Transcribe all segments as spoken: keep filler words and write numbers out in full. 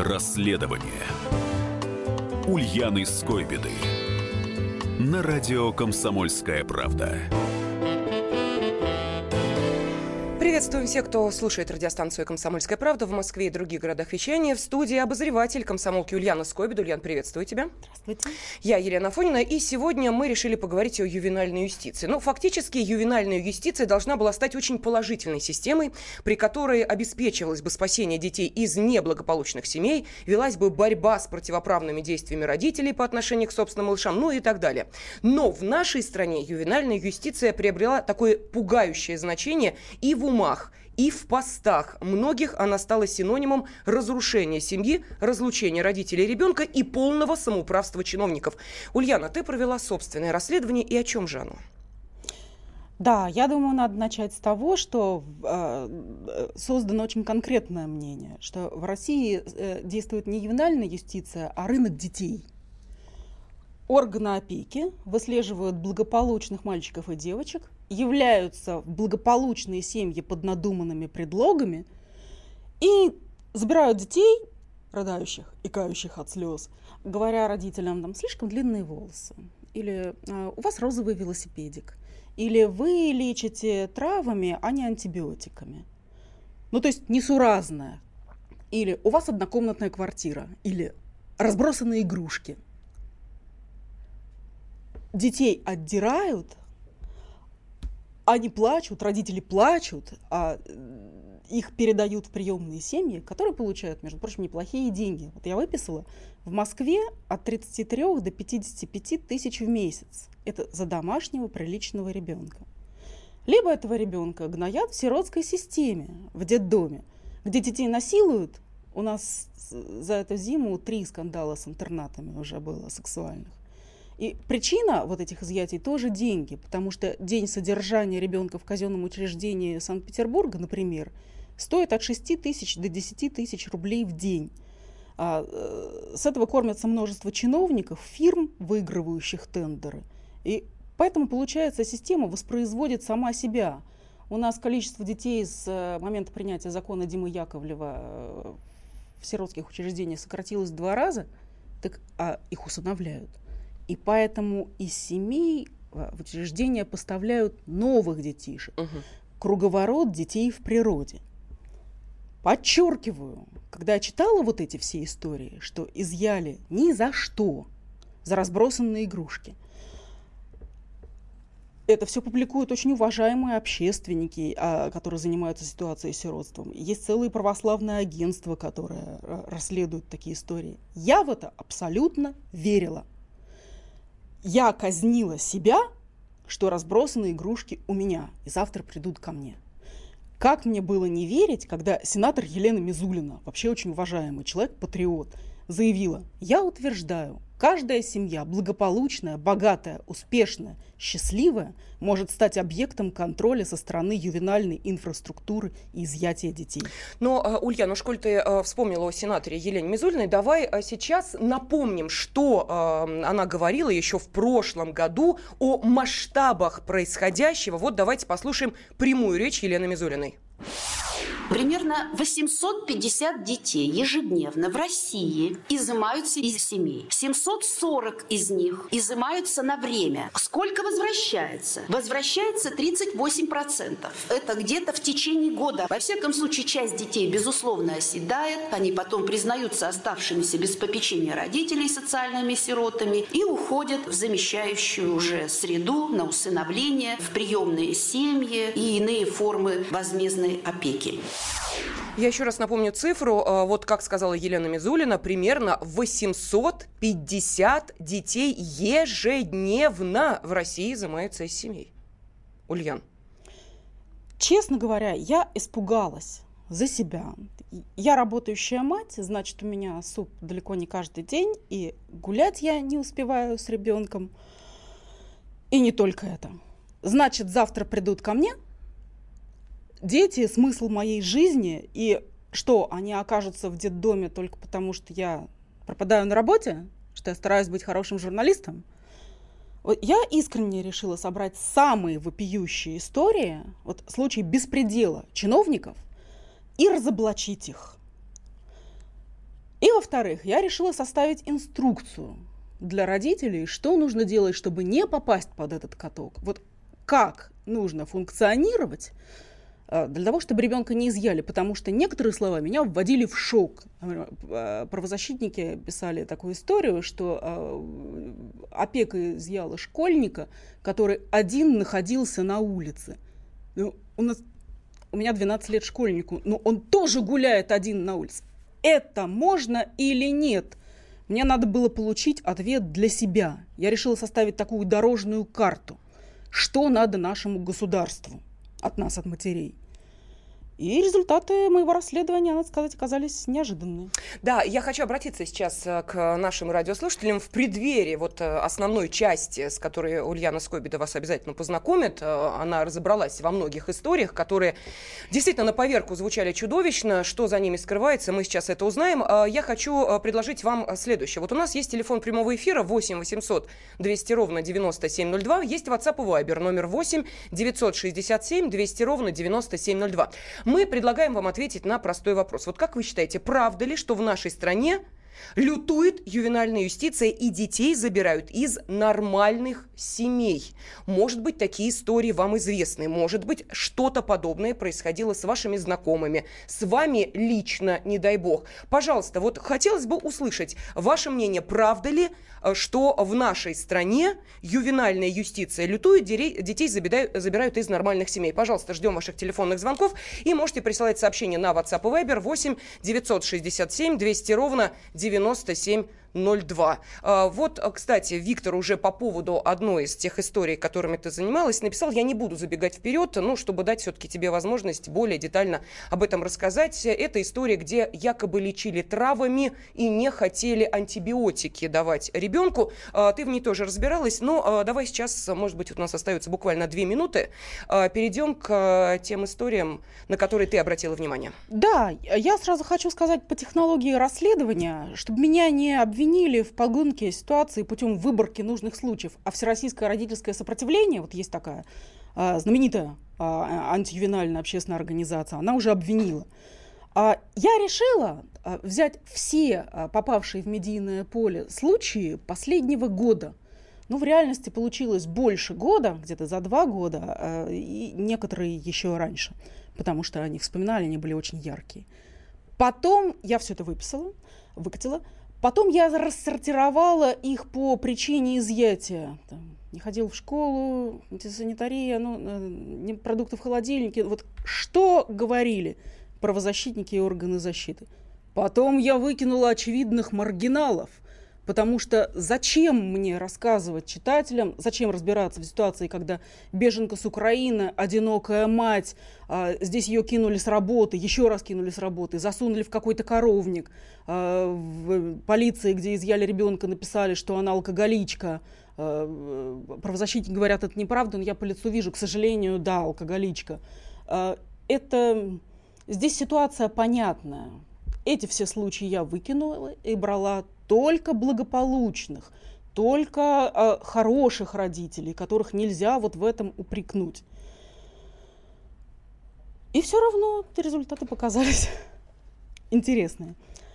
Расследование Ульяны Скойбеды на радио «Комсомольская правда». Приветствуем всех, кто слушает радиостанцию «Комсомольская правда» в Москве и других городах вещания. В студии обозреватель комсомолки Ульяна Скойбеда. Ульян, приветствую тебя. Здравствуйте. Я Елена Афонина, и сегодня мы решили поговорить о ювенальной юстиции. Ну, фактически, ювенальная юстиция должна была стать очень положительной системой, при которой обеспечивалось бы спасение детей из неблагополучных семей, велась бы борьба с противоправными действиями родителей по отношению к собственным малышам, ну и так далее. Но в нашей стране ювенальная юстиция приобрела такое пугающее значение и в умах, и в постах многих она стала синонимом разрушения семьи, разлучения родителей и ребенка и полного самоуправства чиновников. Ульяна, ты провела собственное расследование, и о чем же оно? Да, я думаю, надо начать с того, что э, создано очень конкретное мнение, что в России э, действует не ювенальная юстиция, а рынок детей. Органы опеки выслеживают благополучных мальчиков и девочек, являются в благополучные семьи под надуманными предлогами и забирают детей, рыдающих и кающих от слез, говоря родителям: там слишком длинные волосы, или у вас розовый велосипедик, или вы лечите травами, а не антибиотиками. Ну, то есть несуразное. Или у вас однокомнатная квартира, или разбросанные игрушки. Детей отдирают, они плачут, родители плачут, а их передают в приемные семьи, которые получают, между прочим, неплохие деньги. Вот я выписала в Москве от тридцати трёх до пятидесяти пяти тысяч в месяц. Это за домашнего приличного ребенка. Либо этого ребенка гноят в сиротской системе, в детдоме, где детей насилуют. У нас за эту зиму три скандала с интернатами уже было сексуальных. И причина вот этих изъятий тоже деньги, потому что день содержания ребенка в казенном учреждении Санкт-Петербурга, например, стоит от шести тысяч до десяти тысяч рублей в день. А, э, с этого кормятся множество чиновников, фирм, выигрывающих тендеры. И поэтому, получается, система воспроизводит сама себя. У нас количество детей с момента принятия закона Димы Яковлева в сиротских учреждениях сократилось в два раза, так, а их усыновляют. И поэтому из семей в учреждения поставляют новых детишек. Угу. Круговорот детей в природе. Подчеркиваю, когда я читала вот эти все истории, что изъяли ни за что, за разбросанные игрушки, это все публикуют очень уважаемые общественники, которые занимаются ситуацией сиротством. Есть целые православные агентства, которые расследуют такие истории. Я в это абсолютно верила. Я казнила себя, что разбросаны игрушки у меня, и завтра придут ко мне. Как мне было не верить, когда сенатор Елена Мизулина, вообще очень уважаемый человек, патриот, заявила: я утверждаю, каждая семья благополучная, богатая, успешная, счастливая может стать объектом контроля со стороны ювенальной инфраструктуры и изъятия детей. Но, Ульяна, уж коль ты вспомнила о сенаторе Елене Мизулиной, давай сейчас напомним, что она говорила еще в прошлом году о масштабах происходящего. Вот давайте послушаем прямую речь Елены Мизулиной. Примерно восемьсот пятьдесят детей ежедневно в России изымаются из семей. семьсот сорок из них изымаются на время. Сколько возвращается? Возвращается тридцать восемь процентов. Это где-то в течение года. Во всяком случае, часть детей, безусловно, оседает. Они потом признаются оставшимися без попечения родителей социальными сиротами и уходят в замещающую уже среду, на усыновление, в приемные семьи и иные формы возмездной опеки. Я еще раз напомню цифру. Вот как сказала Елена Мизулина, примерно восемьсот пятьдесят детей ежедневно в России изымаются из семей. Ульян. Честно говоря, я испугалась за себя. Я работающая мать, значит, у меня суп далеко не каждый день, и гулять я не успеваю с ребенком. И не только это. Значит, завтра придут ко мне дети, смысл моей жизни, и что, они окажутся в детдоме только потому, что я пропадаю на работе, что я стараюсь быть хорошим журналистом? Вот я искренне решила собрать самые вопиющие истории, вот случаи беспредела чиновников, и разоблачить их. И, во-вторых, я решила составить инструкцию для родителей, что нужно делать, чтобы не попасть под этот каток. Вот как нужно функционировать для того, чтобы ребенка не изъяли, потому что некоторые слова меня вводили в шок. Правозащитники писали такую историю, что опека изъяла школьника, который один находился на улице. Ну, у нас, у меня двенадцать лет школьнику, но он тоже гуляет один на улице. Это можно или нет? Мне надо было получить ответ для себя. Я решила составить такую дорожную карту. Что надо нашему государству от нас, от матерей. И результаты моего расследования, надо сказать, оказались неожиданными. Да, я хочу обратиться сейчас к нашим радиослушателям в преддверии вот основной части, с которой Ульяна Скойбеда вас обязательно познакомит. Она разобралась во многих историях, которые действительно на поверку звучали чудовищно. Что за ними скрывается, мы сейчас это узнаем. Я хочу предложить вам следующее. Вот у нас есть телефон прямого эфира восемь восемьсот двести ровно девяносто семь ноль два. Есть WhatsApp и Viber номер восемь девятьсот шестьдесят семь двести ровно девяносто семь ноль два. Мы предлагаем вам ответить на простой вопрос. Вот как вы считаете, правда ли, что в нашей стране лютует ювенальная юстиция и детей забирают из нормальных семей? Может быть, такие истории вам известны. Может быть, что-то подобное происходило с вашими знакомыми, с вами лично, не дай бог. Пожалуйста, вот хотелось бы услышать ваше мнение. Правда ли, что в нашей стране ювенальная юстиция лютует, детей забирают, забирают из нормальных семей? Пожалуйста, ждем ваших телефонных звонков. И можете присылать сообщения на WhatsApp и Viber восемь девятьсот шестьдесят семь двести ровно девяносто семь ноль два. Вот, кстати, Виктор уже по поводу одной из тех историй, которыми ты занималась, написал: я не буду забегать вперед, ну, чтобы дать все-таки тебе возможность более детально об этом рассказать. Это история, где якобы лечили травами и не хотели антибиотики давать ребенку. Ты в ней тоже разбиралась, но давай сейчас, может быть, у нас остается буквально две минуты, перейдем к тем историям, на которые ты обратила внимание. Да, я сразу хочу сказать по технологии расследования, чтобы меня не обвинили обвинили в погонке ситуации путем выборки нужных случаев. А Всероссийское родительское сопротивление, вот есть такая а, знаменитая а, антиювенальная общественная организация, она уже обвинила. А, я решила а, взять все а, попавшие в медийное поле случаи последнего года. Ну, в реальности получилось больше года, где-то за два года, а, и некоторые еще раньше, потому что они вспоминали, они были очень яркие. Потом я все это выписала, выкатила. Потом я рассортировала их по причине изъятия. Там, не ходил в школу, антисанитария, ну, продукты в холодильнике. Вот что говорили правозащитники и органы защиты. Потом я выкинула очевидных маргиналов, потому что зачем мне рассказывать читателям, зачем разбираться в ситуации, когда беженка с Украины, одинокая мать, а, здесь ее кинули с работы, еще раз кинули с работы, засунули в какой-то коровник, а, в полиции, где изъяли ребенка, написали, что она алкоголичка. А, правозащитники говорят, это неправда, но я по лицу вижу, к сожалению, да, алкоголичка. А, это... Здесь ситуация понятная. Эти все случаи я выкинула и брала только благополучных, только э, хороших родителей, которых нельзя вот в этом упрекнуть. И все равно результаты показались интересные.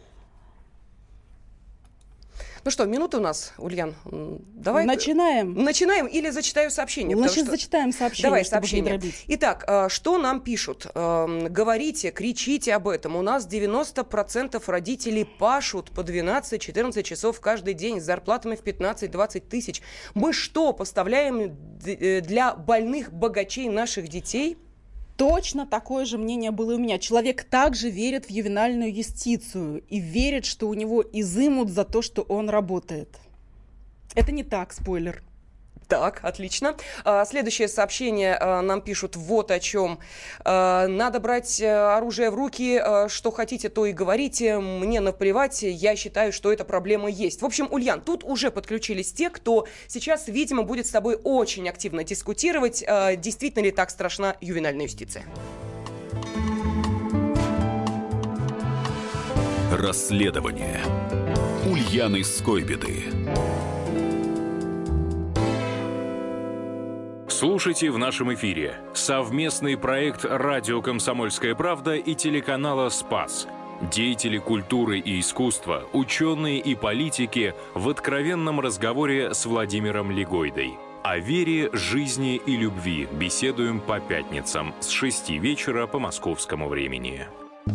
Ну что, минута у нас, Ульян. Давай. Начинаем. Начинаем или зачитаю сообщение? Значит, что... зачитаем сообщение, Давай чтобы сообщение. не дробить. Итак, что нам пишут? Говорите, кричите об этом. У нас девяносто процентов родителей пашут по двенадцать-четырнадцать часов каждый день с зарплатами в пятнадцать-двадцать тысяч. Мы что, поставляем для больных богачей наших детей? Точно такое же мнение было и у меня. Человек также верит в ювенальную юстицию и верит, что у него изымут за то, что он работает. Это не так, спойлер. Так, отлично. Следующее сообщение нам пишут вот о чем. Надо брать оружие в руки, что хотите, то и говорите. Мне наплевать, я считаю, что эта проблема есть. В общем, Ульян, тут уже подключились те, кто сейчас, видимо, будет с тобой очень активно дискутировать, действительно ли так страшна ювенальная юстиция. Расследование Ульяны Скойбеды. Слушайте в нашем эфире совместный проект «Радио Комсомольская правда» и телеканала «Спас». Деятели культуры и искусства, ученые и политики в откровенном разговоре с Владимиром Легойдой. О вере, жизни и любви беседуем по пятницам с шести вечера по московскому времени.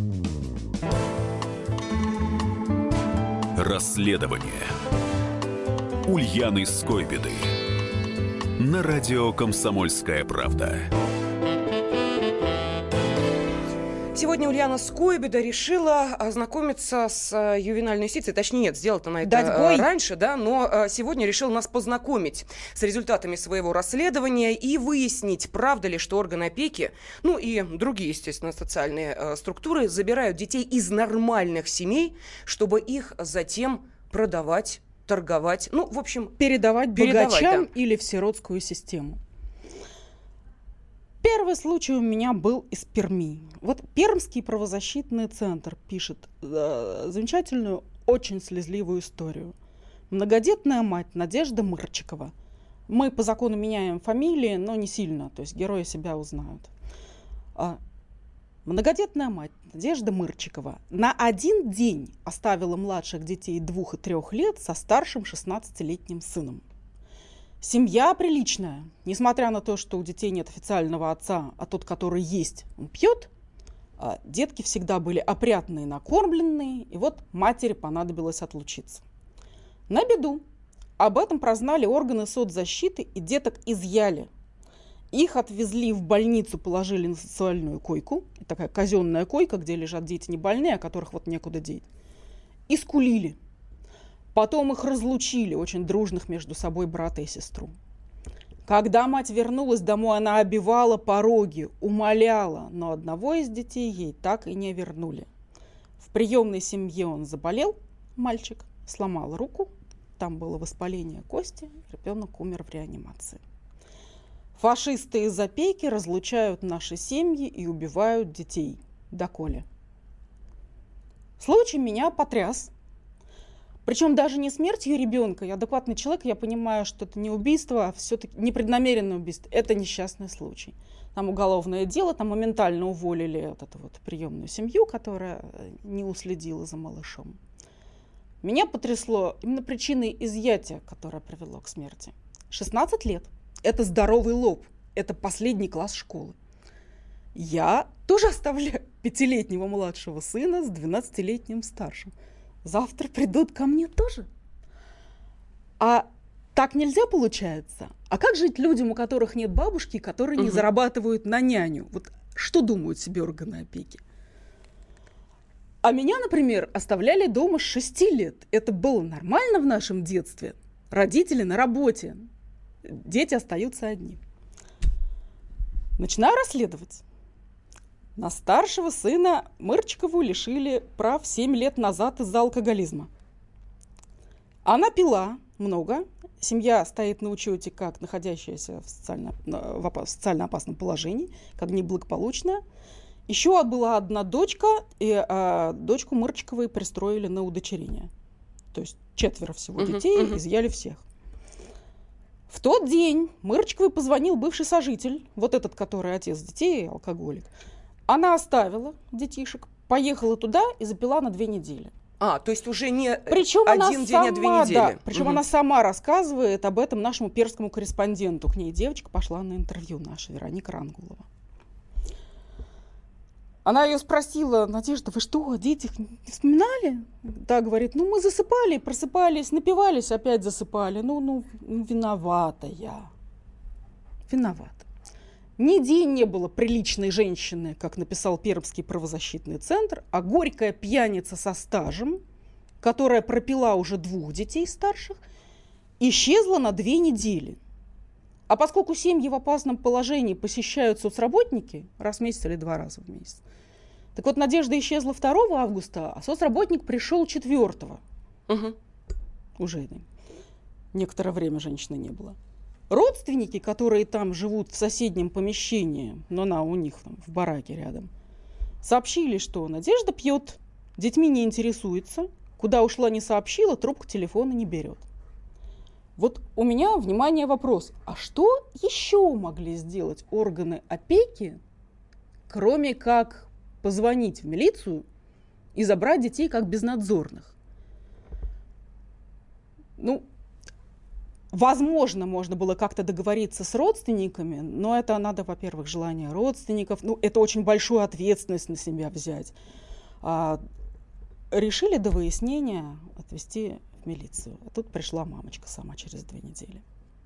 Расследование Ульяны Скойбеды на радио «Комсомольская правда». Сегодня Ульяна Скойбеда решила ознакомиться с ювенальной юстицией. Точнее, нет, сделала-то она это Дать бой. раньше, да, но сегодня решила нас познакомить с результатами своего расследования и выяснить, правда ли, что органы опеки, ну и другие, естественно, социальные структуры забирают детей из нормальных семей, чтобы их затем продавать, торговать, ну, в общем, Передавать, передавать, богачам да. или в сиротскую систему. Первый случай у меня был из Перми. Вот Пермский правозащитный центр пишет э, замечательную, очень слезливую историю. Многодетная мать Надежда Мырчикова. Мы по закону меняем фамилии, но не сильно, то есть герои себя узнают. А, многодетная мать Надежда Мырчикова на один день оставила младших детей двух и трех лет со старшим шестнадцатилетним сыном. Семья приличная, несмотря на то, что у детей нет официального отца, а тот, который есть, он пьет. А детки всегда были опрятные, накормленные, и вот матери понадобилось отлучиться. На беду об этом прознали органы соцзащиты и деток изъяли. Их отвезли в больницу, положили на социальную койку, такая казенная койка, где лежат дети не больные, а которых вот некуда деть, и скулили. Потом их разлучили, очень дружных между собой брата и сестру. Когда мать вернулась домой, она обивала пороги, умоляла, но одного из детей ей так и не вернули. В приемной семье он заболел, мальчик, сломал руку, там было воспаление кости, ребенок умер в реанимации. Фашисты из опеки разлучают наши семьи и убивают детей. Доколе. Случай меня потряс. Причем даже не смертью ребенка. Я адекватный человек, я понимаю, что это не убийство, а все-таки непреднамеренное убийство. Это несчастный случай. Там уголовное дело, там моментально уволили вот эту вот приемную семью, которая не уследила за малышом. Меня потрясло именно причиной изъятия, которая привело к смерти. шестнадцать лет. Это здоровый лоб. Это последний класс школы. Я тоже оставляю пятилетнего младшего сына с двенадцатилетним старшим. Завтра придут ко мне тоже. А так нельзя получается? А как жить людям, у которых нет бабушки, которые не угу. зарабатывают на няню? Вот что думают себе органы опеки? А меня, например, оставляли дома с шести лет. Это было нормально в нашем детстве. Родители на работе. Дети остаются одни. Начинаю расследовать. На старшего сына Мырчикову лишили прав семь лет назад из-за алкоголизма. Она пила много. Семья стоит на учете как находящаяся в социально, в опас, в социально опасном положении, как неблагополучная. Еще была одна дочка, и а, дочку Мырчиковой пристроили на удочерение. То есть четверо всего uh-huh, детей, uh-huh. изъяли всех. В тот день Мырчиковой позвонил бывший сожитель, вот этот, который отец детей, алкоголик. Она оставила детишек, поехала туда и запила на две недели. А, то есть уже не причем один день, сама, а две недели. Да, причем угу. она сама рассказывает об этом нашему пермскому корреспонденту. К ней девочка пошла на интервью, наша Вероника Рангулова. Она ее спросила: Надежда, вы что, о детях не вспоминали? Да, говорит, ну мы засыпали, просыпались, напивались, опять засыпали. Ну, ну, ну виновата я. Виновата. Ни день не было приличной женщины, как написал Пермский правозащитный центр, а горькая пьяница со стажем, которая пропила уже двух детей старших, исчезла на две недели. А поскольку семьи в опасном положении посещают соцработники раз в месяц или два раза в месяц, так вот Надежда исчезла второго августа, а соцработник пришел четвёртого. Угу. Уже некоторое время женщины не было. Родственники, которые там живут в соседнем помещении, но она у них там, в бараке рядом, сообщили, что Надежда пьет, детьми не интересуется, куда ушла не сообщила, трубку телефона не берет. Вот у меня, внимание, вопрос. А что еще могли сделать органы опеки, кроме как позвонить в милицию и забрать детей как безнадзорных. Ну, возможно, можно было как-то договориться с родственниками, но это надо, во-первых, желание родственников. Ну, это очень большую ответственность на себя взять. А, решили до выяснения отвезти в милицию. А тут пришла мамочка сама через две недели.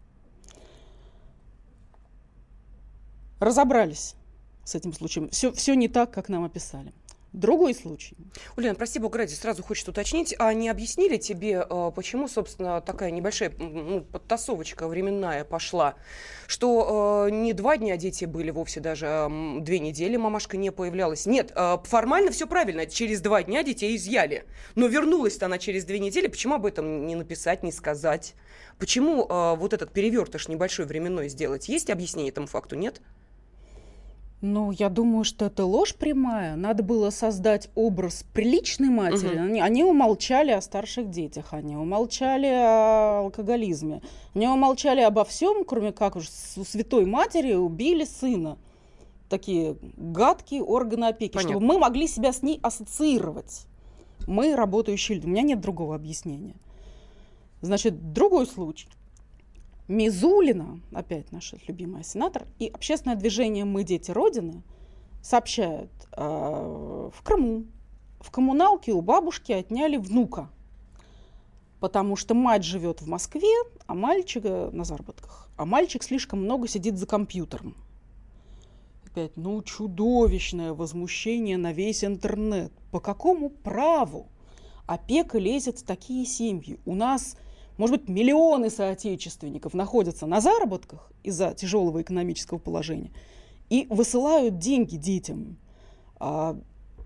Разобрались с этим случаем. Все, все не так, как нам описали. Другой случай. Ульяна, прости бога ради, сразу хочется уточнить, а не объяснили тебе, почему, собственно, такая небольшая, ну, подтасовочка временная пошла, что э, не два дня дети были вовсе, даже э, две недели мамашка не появлялась? Нет, э, формально все правильно, через два дня детей изъяли, но вернулась-то она через две недели, почему об этом не написать, не сказать? Почему э, вот этот перевертыш небольшой временной сделать? Есть объяснение этому факту, нет? Ну, я думаю, что это ложь прямая. Надо было создать образ приличной матери. Угу. Они, они умолчали о старших детях, они умолчали о алкоголизме, они умолчали обо всем, кроме как у святой матери убили сына. Такие гадкие органы опеки, понятно, чтобы мы могли себя с ней ассоциировать. Мы работающие люди. У меня нет другого объяснения. Значит, другой случай. Мизулина, опять наша любимая сенатор, и общественное движение «Мы дети Родины» сообщают, э, в Крыму в коммуналке у бабушки отняли внука, потому что мать живет в Москве, а мальчик на заработках, а мальчик слишком много сидит за компьютером. Опять, ну, чудовищное возмущение на весь интернет. По какому праву опека лезет в такие семьи? У нас... Может быть, миллионы соотечественников находятся на заработках из-за тяжелого экономического положения и высылают деньги детям. А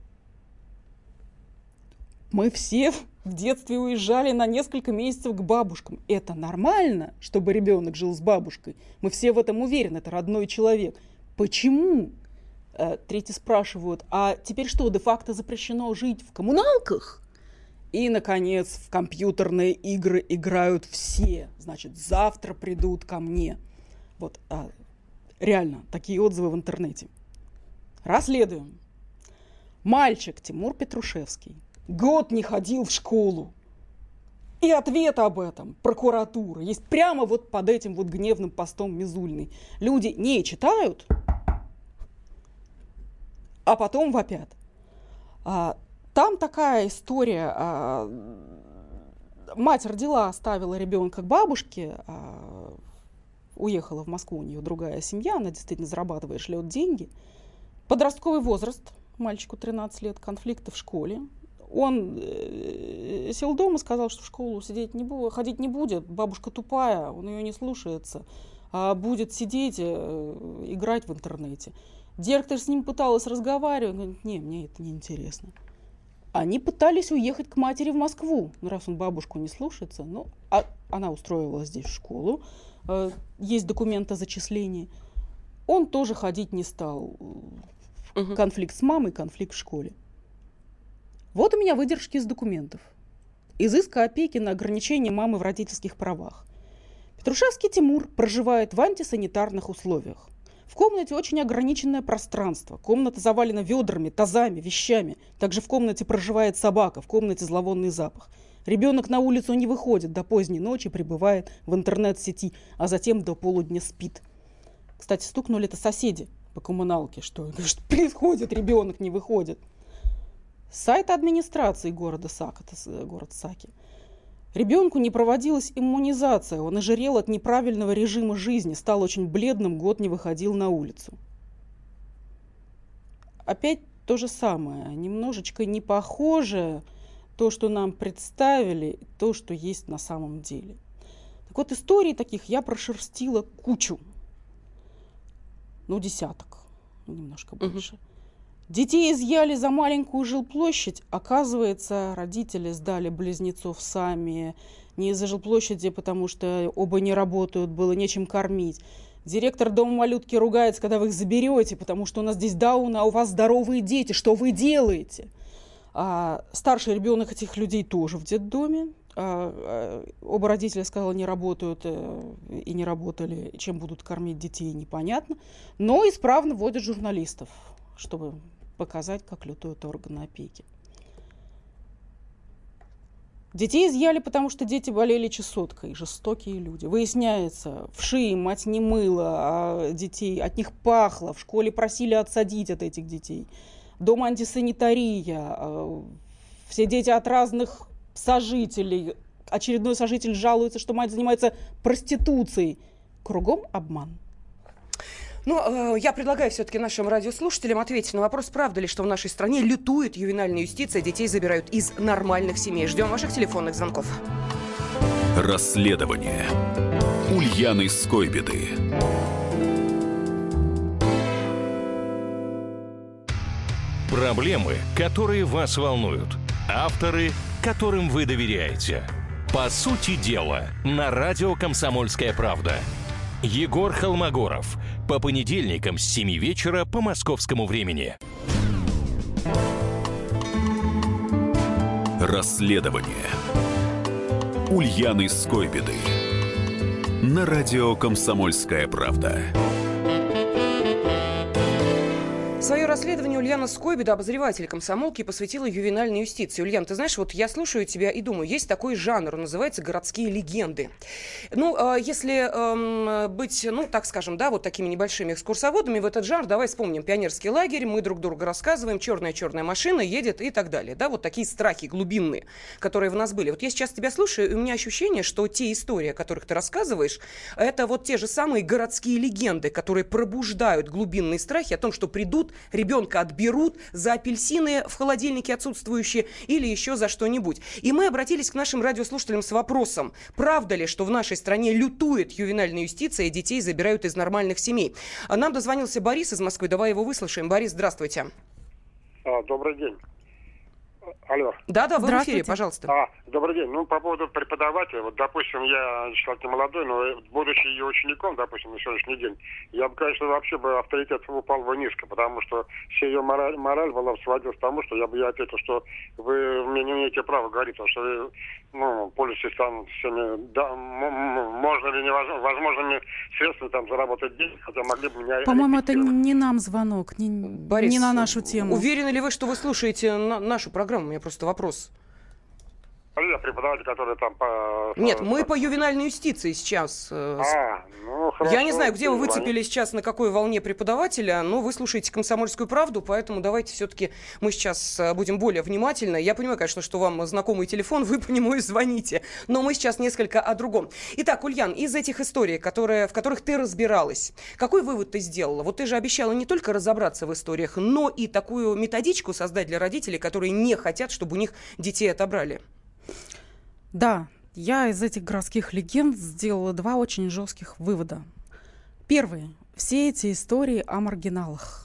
мы все в детстве уезжали на несколько месяцев к бабушкам. Это нормально, чтобы ребенок жил с бабушкой? Мы все в этом уверены, это родной человек. Почему? Третьи спрашивают, а теперь что, де-факто запрещено жить в коммуналках? И, наконец, в компьютерные игры играют все. Значит, завтра придут ко мне. Вот, а, реально, такие отзывы в интернете. Расследуем. Мальчик Тимур Петрушевский год не ходил в школу. И ответ об этом прокуратура есть прямо вот под этим вот гневным постом Мизулиной. Люди не читают, а потом вопят. А, Там такая история. А, мать родила, оставила ребенка к бабушке, а, уехала в Москву, у нее другая семья, она действительно зарабатывает, шлет деньги. Подростковый возраст, мальчику тринадцать лет, конфликты в школе. Он э, сел дома, сказал, что в школу сидеть не будет, ходить не будет, бабушка тупая, он ее не слушается, а будет сидеть, э, играть в интернете. Директор с ним пыталась разговаривать, он говорит, не, мне это не интересно. Они пытались уехать к матери в Москву, ну, раз он бабушку не слушается. Ну, а она устроила здесь в школу, э, есть документ о зачислении. Он тоже ходить не стал. Угу. Конфликт с мамой, конфликт в школе. Вот у меня выдержки из документов. Изыска опеки на ограничение мамы в родительских правах. Петрушевский Тимур проживает в антисанитарных условиях. В комнате очень ограниченное пространство. Комната завалена ведрами, тазами, вещами. Также в комнате проживает собака, в комнате зловонный запах. Ребенок на улицу не выходит, до поздней ночи пребывает в интернет-сети, а затем до полудня спит. Кстати, стукнули это соседи по коммуналке, что, что происходит, ребенок не выходит. С сайта администрации города Сака, это город Саки. Ребенку не проводилась иммунизация, он ожирел от неправильного режима жизни, стал очень бледным, год не выходил на улицу. Опять то же самое, немножечко не похоже то, что нам представили, то, что есть на самом деле. Так вот, историй таких я прошерстила кучу. Ну, десяток, немножко больше. Угу. Детей изъяли за маленькую жилплощадь. Оказывается, родители сдали близнецов сами. Не из-за жилплощади, потому что оба не работают, было нечем кормить. Директор дома малютки ругается, когда вы их заберете, потому что у нас здесь даун, а у вас здоровые дети. Что вы делаете? А старший ребенок этих людей тоже в детдоме. А, а, оба родителя, сказала, не работают э, и не работали. Чем будут кормить детей, непонятно. Но исправно вводят журналистов, чтобы показать, как лютуют органы опеки. Детей изъяли, потому что дети болели чесоткой. Жестокие люди. Выясняется, вши, мать не мыла, а детей от них пахло. В школе просили отсадить от этих детей. Дома антисанитария. Все дети от разных сожителей. Очередной сожитель жалуется, что мать занимается проституцией. Кругом обман. Ну, я предлагаю все-таки нашим радиослушателям ответить на вопрос, правда ли, что в нашей стране лютует ювенальная юстиция, детей забирают из нормальных семей. Ждем ваших телефонных звонков. Расследование Ульяны Скойбеды. Проблемы, которые вас волнуют. Авторы, которым вы доверяете. По сути дела, на радио «Комсомольская правда». Егор Холмогоров. По понедельникам с семи вечера по московскому времени. Расследование Ульяны Скойбеды. На радио «Комсомольская правда». Свое расследование Ульяна Скойбеда, обозреватель комсомолки, посвятила ювенальной юстиции. Ульян, ты знаешь, вот я слушаю тебя и думаю, есть такой жанр, он называется «городские легенды». Ну, если э, быть, ну, так скажем, да, вот такими небольшими экскурсоводами в этот жанр, давай вспомним пионерский лагерь, мы друг другу рассказываем, черная-черная машина едет и так далее. Да, вот такие страхи глубинные, которые в нас были. Вот я сейчас тебя слушаю, и у меня ощущение, что те истории, о которых ты рассказываешь, это вот те же самые городские легенды, которые пробуждают глубинные страхи о том, что придут, ребенка отберут за апельсины в холодильнике отсутствующие или еще за что-нибудь. И мы обратились к нашим радиослушателям с вопросом, правда ли, что в нашей стране лютует ювенальная юстиция и детей забирают из нормальных семей. Нам дозвонился Борис из Москвы, давай его выслушаем. Борис, здравствуйте. А, добрый день. Алло. Да-да, вы в эфире, пожалуйста. А, добрый день. Ну, по поводу преподавателя, вот, допустим, я человек не молодой, но будучи ее учеником, допустим, на сегодняшний день, я бы, конечно, вообще бы авторитет упал бы низко, потому что вся ее мораль, мораль была сводилась к тому, что я бы ей ответил, что вы мне не имеете права говорить, потому что вы, ну, пользуетесь там всеми, да, можно ли невозможными средствами там заработать деньги, хотя могли бы меня... По-моему, это не нам звонок, не, Борис, не на нашу тему. Уверены ли вы, что вы слушаете на, нашу программу? У меня просто вопрос. Я преподаватель, который там по... Нет, мы по ювенальной юстиции сейчас. А, ну, хорошо. Я не знаю, где вы выцепили сейчас, на какой волне преподавателя, но вы слушаете «Комсомольскую правду», поэтому давайте все-таки мы сейчас будем более внимательны. Я понимаю, конечно, что вам знакомый телефон, вы по нему и звоните, но мы сейчас несколько о другом. Итак, Ульян, из этих историй, которые, в которых ты разбиралась, какой вывод ты сделала? Вот ты же обещала не только разобраться в историях, но и такую методичку создать для родителей, которые не хотят, чтобы у них детей отобрали. Да, я из этих городских легенд сделала два очень жестких вывода. Первый. Все эти истории о маргиналах,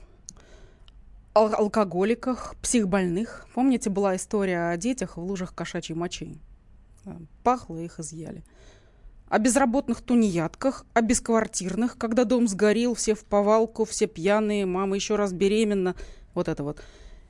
о алкоголиках, психбольных. Помните, была история о детях в лужах кошачьей мочи? Пахло, их изъяли. О безработных тунеядках, о бесквартирных, когда дом сгорел, все в повалку, все пьяные, мама еще раз беременна. Вот это вот.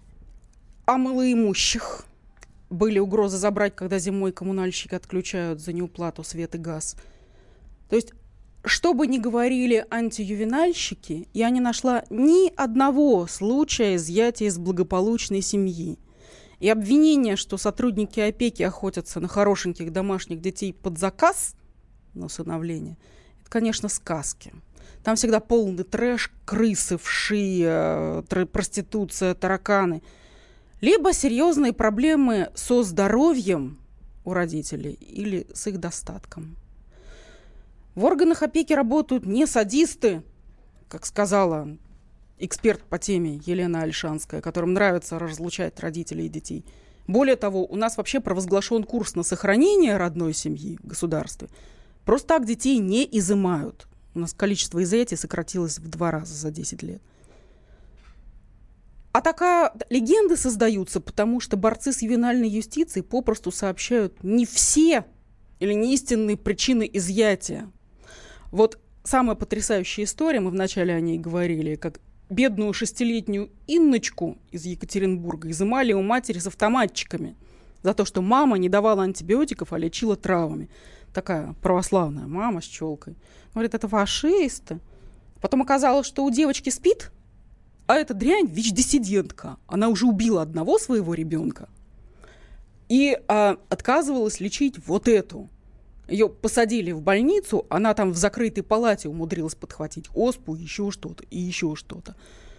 О малоимущих. Были угрозы забрать, когда зимой коммунальщики отключают за неуплату свет и газ. То есть, что бы ни говорили антиювенальщики, я не нашла ни одного случая изъятия из благополучной семьи. И обвинение, что сотрудники опеки охотятся на хорошеньких домашних детей под заказ на усыновление, это, конечно, сказки. Там всегда полный трэш, крысы, вши, проституция, тараканы. Либо серьезные проблемы со здоровьем у родителей или с их достатком. В органах опеки работают не садисты, как сказала эксперт по теме Елена Ольшанская, которым нравится разлучать родителей и детей. Более того, у нас вообще провозглашен курс на сохранение родной семьи в государстве. Просто так детей не изымают. У нас количество изъятий сократилось в два раза за десять лет. А такая легенды создаются, потому что борцы с ювенальной юстицией попросту сообщают не все или не истинные причины изъятия. Вот самая потрясающая история, мы вначале о ней говорили, как бедную шестилетнюю Инночку из Екатеринбурга изымали у матери с автоматчиками за то, что мама не давала антибиотиков, а лечила травами. Такая православная мама с челкой. Говорит, это фашисты. Потом оказалось, что у девочки СПИД, а эта дрянь ВИЧ-диссидентка. Она уже убила одного своего ребенка. и а, отказывалась лечить вот эту. Ее посадили в больницу, она там в закрытой палате умудрилась подхватить оспу, еще что-то, и еще что-то.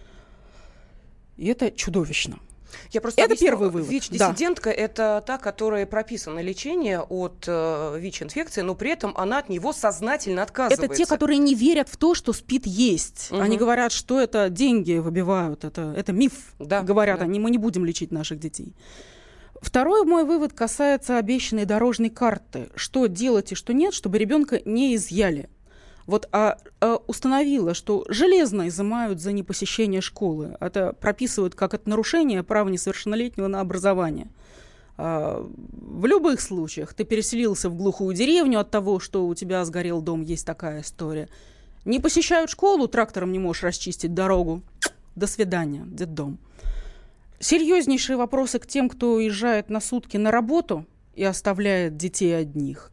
И это чудовищно. Я просто это объясню, первый вывод. ВИЧ-диссидентка да. это та, которая прописана лечение от э, ВИЧ-инфекции, но при этом она от него сознательно отказывается. Это те, которые не верят в то, что СПИД есть. Угу. Они говорят, что это деньги выбивают, это, это миф. Да, говорят да. они, мы не будем лечить наших детей. Второй мой вывод касается обещанной дорожной карты. Что делать и что нет, чтобы ребенка не изъяли. Вот а, а установила, что железно изымают за непосещение школы. Это прописывают как это нарушение права несовершеннолетнего на образование. А, в любых случаях ты переселился в глухую деревню от того, что у тебя сгорел дом, есть такая история. Не посещают школу, трактором не можешь расчистить дорогу. До свидания, детдом. Серьезнейшие вопросы к тем, кто уезжает на сутки на работу и оставляет детей одних.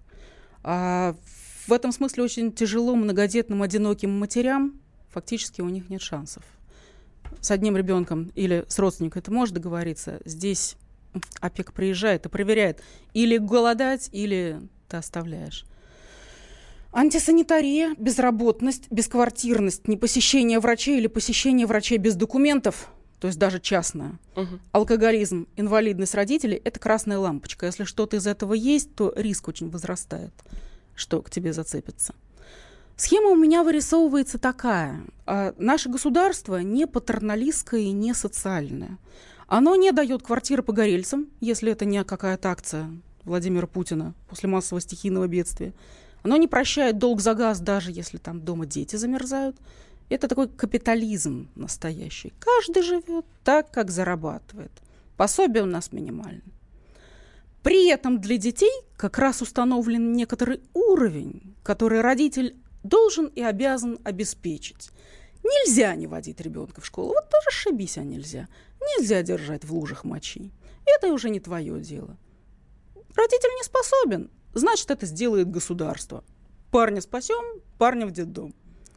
А в этом смысле очень тяжело многодетным одиноким матерям. Фактически у них нет шансов. С одним ребенком или с родственником это может договориться. Здесь опека приезжает и проверяет. Или голодать, или ты оставляешь. Антисанитария, безработность, бесквартирность, непосещение врачей или посещение врачей без документов, то есть даже частное, угу. алкоголизм, инвалидность родителей – это красная лампочка. Если что-то из этого есть, то риск очень возрастает, что к тебе зацепится. Схема у меня вырисовывается такая. А, наше государство не патерналистское и не социальное. Оно не дает квартиры погорельцам, если это не какая-то акция Владимира Путина после массового стихийного бедствия. Оно не прощает долг за газ, даже если там дома дети замерзают. Это такой капитализм настоящий. Каждый живет так, как зарабатывает. Пособие у нас минимальное. При этом для детей как раз установлен некоторый уровень, который родитель должен и обязан обеспечить. Нельзя не водить ребенка в школу. Вот тоже ошибись, а нельзя. Нельзя держать в лужах мочи. Это уже не твое дело. Родитель не способен, значит, это сделает государство. Парня спасем, парня в детдом.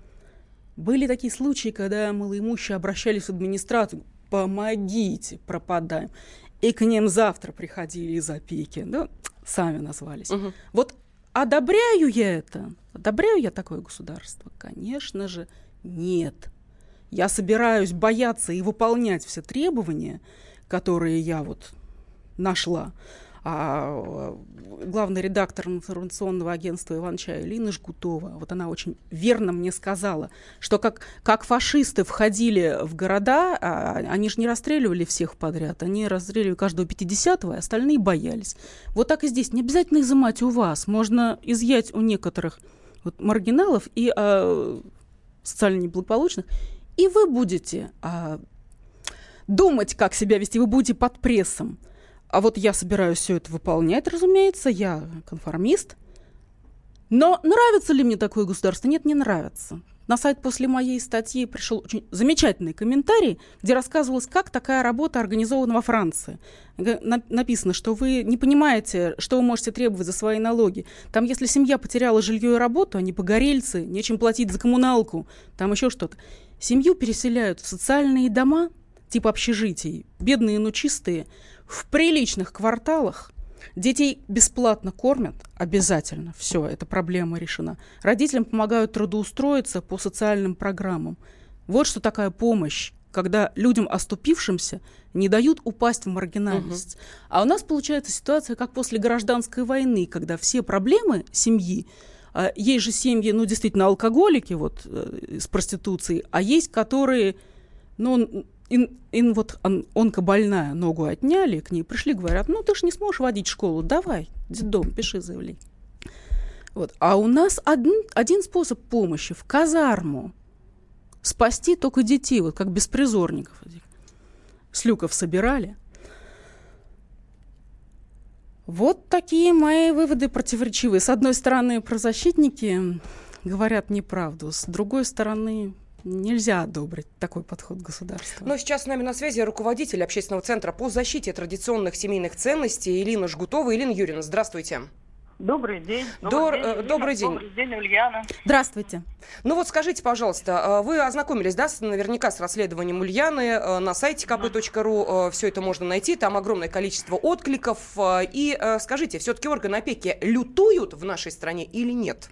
Были такие случаи, когда малоимущие обращались в администрацию. Помогите, пропадаем. И к ним завтра приходили из опеки. Да, сами назвались. Угу. Вот одобряю я это? Одобряю я такое государство? Конечно же, нет. Я собираюсь бояться и выполнять все требования, которые я вот нашла. А главный редактор информационного агентства Иван-Чай Лина Жгутова, вот она очень верно мне сказала, что как, как фашисты входили в города, а, они же не расстреливали всех подряд, они расстреливали каждого пятидесятого, а остальные боялись. Вот так и здесь. Не обязательно изымать у вас, можно изъять у некоторых вот, маргиналов и а, социально неблагополучных, и вы будете а, думать, как себя вести, вы будете под прессом. А вот я собираюсь все это выполнять, разумеется, я конформист. Но нравится ли мне такое государство? Нет, не нравится. На сайт после моей статьи пришел очень замечательный комментарий, где рассказывалось, как такая работа организована во Франции. Написано, что вы не понимаете, что вы можете требовать за свои налоги. Там, если семья потеряла жилье и работу, они погорельцы, нечем платить за коммуналку, там еще что-то. Семью переселяют в социальные дома, типа общежитий, бедные, но чистые, в приличных кварталах. Детей бесплатно кормят, обязательно. Все, эта проблема решена. Родителям помогают трудоустроиться по социальным программам. Вот что такая помощь, когда людям, оступившимся, не дают упасть в маргинальность. Угу. А у нас получается ситуация, как после гражданской войны, когда все проблемы семьи, а есть же семьи, ну, действительно, алкоголики вот, э, с проституцией, а есть, которые, ну, Ин, ин вот он, онкобольная, ногу отняли, к ней пришли, говорят, ну ты ж не сможешь водить школу, давай, детдом, пиши заявление. Вот. А у нас один, один способ помощи в казарму. Спасти только детей, вот как беспризорников. С люков собирали. Вот такие мои выводы противоречивые. С одной стороны, правозащитники говорят неправду, с другой стороны... Нельзя одобрить такой подход государства. Но сейчас с нами на связи руководитель общественного центра по защите традиционных семейных ценностей Элина Жгутова. Элина Юрьевна, здравствуйте. Добрый день. Добрый, Добрый день, добрый день. Добрый день, Ульяна. Здравствуйте. Ну вот скажите, пожалуйста, вы ознакомились, да, с, наверняка с расследованием Ульяны, на сайте ка пэ точка ру все это можно найти, там огромное количество откликов. И скажите, все-таки органы опеки лютуют в нашей стране или нет?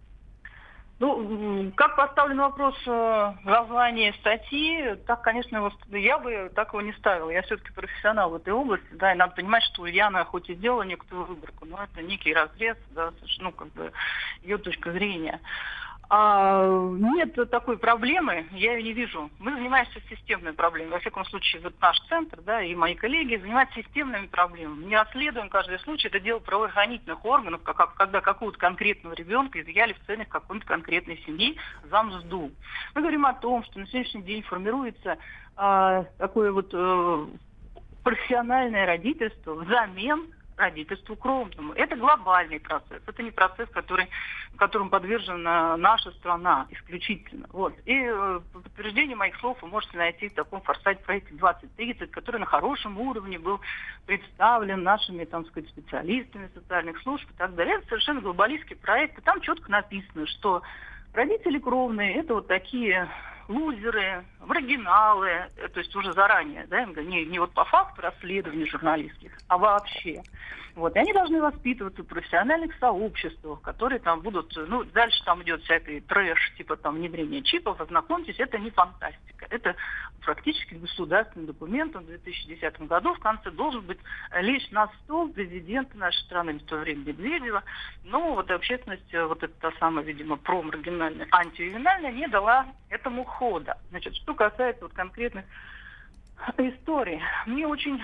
Ну, как поставлен вопрос в названии статьи, так, конечно, его, я бы так его не ставила. Я все-таки профессионал в этой области, да, и надо понимать, что Ульяна хоть и сделала некоторую выборку, но это некий разрез, да, ну, как бы, ее точка зрения. А нет такой проблемы, я ее не вижу. Мы занимаемся системной проблемой. Во всяком случае, вот наш центр, да, и мои коллеги занимаются системными проблемами. Не расследуем каждый случай, это дело правоохранительных органов, как, когда какого-то конкретного ребенка изъяли в целях какой-то конкретной семьи за мзду. Мы говорим о том, что на сегодняшний день формируется а, такое вот а, профессиональное родительство взамен родительству кровному. Это глобальный процесс. Это не процесс, который, которому подвержена наша страна исключительно. Вот. И э, по подтверждению моих слов вы можете найти в таком форсайт-проекте двадцать тридцать, который на хорошем уровне был представлен нашими, там сказать, специалистами социальных служб и так далее. Это совершенно глобалистский проект. И там четко написано, что родители кровные – это вот такие лузеры, маргиналы, то есть уже заранее, да, не, не вот по факту расследований журналистских, а вообще. Вот. И они должны воспитываться в профессиональных сообществах, которые там будут, ну, дальше там идет всякий трэш, типа там внедрение чипов, ознакомьтесь, это не фантастика. Это практически государственный документ, он в две тысячи десятом году в конце должен быть лечь на стол президента нашей страны, в то время Медведева, но вот общественность, вот эта та самая, видимо, промаргинальная, антиювенальная, не дала этому хода. Значит, что касается вот конкретных историй, мне очень,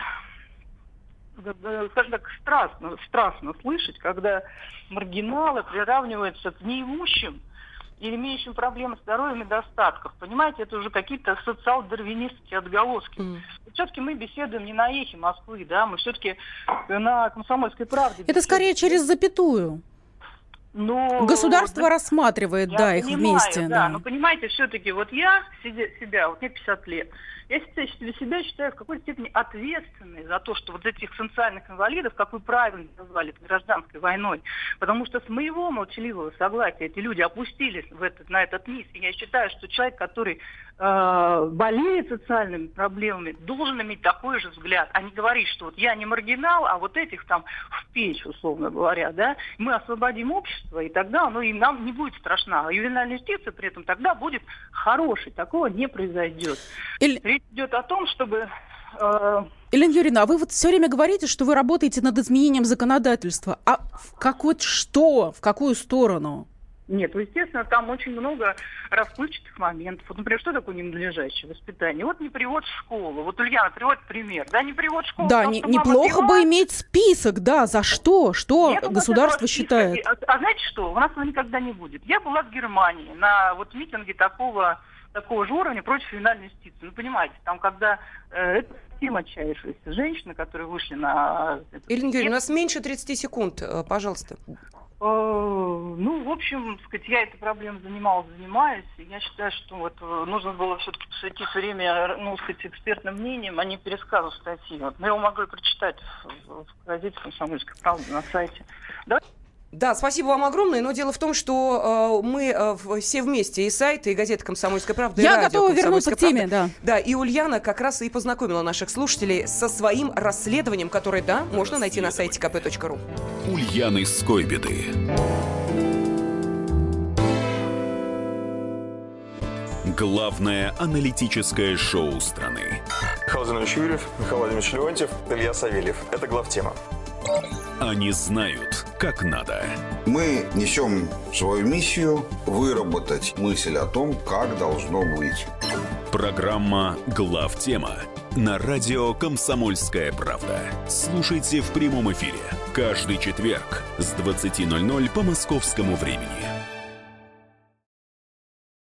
скажем так, страшно, страшно слышать, когда маргиналы приравниваются к неимущим или имеющим проблемы с здоровьем и достатков. Понимаете, это уже какие-то социал-дарвинистские отголоски. Mm. Все-таки мы беседуем не на эхе Москвы, да, мы все-таки на «Комсомольской правде». Это скорее через запятую. Но, государство да, рассматривает, да, их понимаю, вместе. Да, да, но понимаете, все-таки вот я себя, вот мне пятьдесят лет, я себя считаю в какой-то степени ответственной за то, что вот этих социальных инвалидов, как вы правильно назвали, гражданской войной, потому что с моего молчаливого согласия эти люди опустились в этот, на этот низ. И я считаю, что человек, который э, болеет социальными проблемами, должен иметь такой же взгляд, а не говорить, что вот я не маргинал, а вот этих там в печь, условно говоря, да, мы освободим общество, и тогда оно и нам не будет страшно. А ювенальная юстиция при этом тогда будет хорошей. Такого не произойдет. Или... Речь идет о том, чтобы... Э... Елена Юрьевна, а вы вот все время говорите, что вы работаете над изменением законодательства. А в какой что? В какую сторону? Нет, ну, естественно, там очень много расплывчатых моментов. Вот, например, что такое ненадлежащее воспитание? Вот не привод в школу. Вот Ульяна приводит пример. Да, не привод в школу. Да, не, неплохо бы иметь список, да, за что? Что Нет, государство считает? А, а знаете что? У нас его никогда не будет. Я была в Германии на вот митинге такого, такого же уровня против ювенальной юстиции. Ну, понимаете, там, когда э, это совсем отчаявшиеся женщины, которые вышли на... Елена Юрьевна, у нас меньше тридцати секунд, пожалуйста. Ну, в общем, сказать, я этой проблемой занималась, занимаюсь. И я считаю, что вот нужно было все-таки посвятить время, ну, сказать, экспертным мнениям, а не пересказу статьи. Вот. Мы его могли прочитать в, в газете «Комсомольская правда» на сайте. Да? Да, спасибо вам огромное, но дело в том, что э, мы э, все вместе, и сайт, и газета «Комсомольская правда», и Я радио готова вернуться к теме, да. Да, и Ульяна как раз и познакомила наших слушателей со своим расследованием, которое, да, можно найти на сайте ка пэ точка ру. Ульяны Скойбеды. Главное аналитическое шоу страны. Михаил Владимирович Юрьев, Михаил Владимирович Леонтьев, Илья Савельев. Это главтема. Они знают, как надо. Мы несем свою миссию выработать мысль о том, как должно быть. Программа «Главтема» на радио «Комсомольская правда». Слушайте в прямом эфире каждый четверг с двадцати ноль-ноль по московскому времени.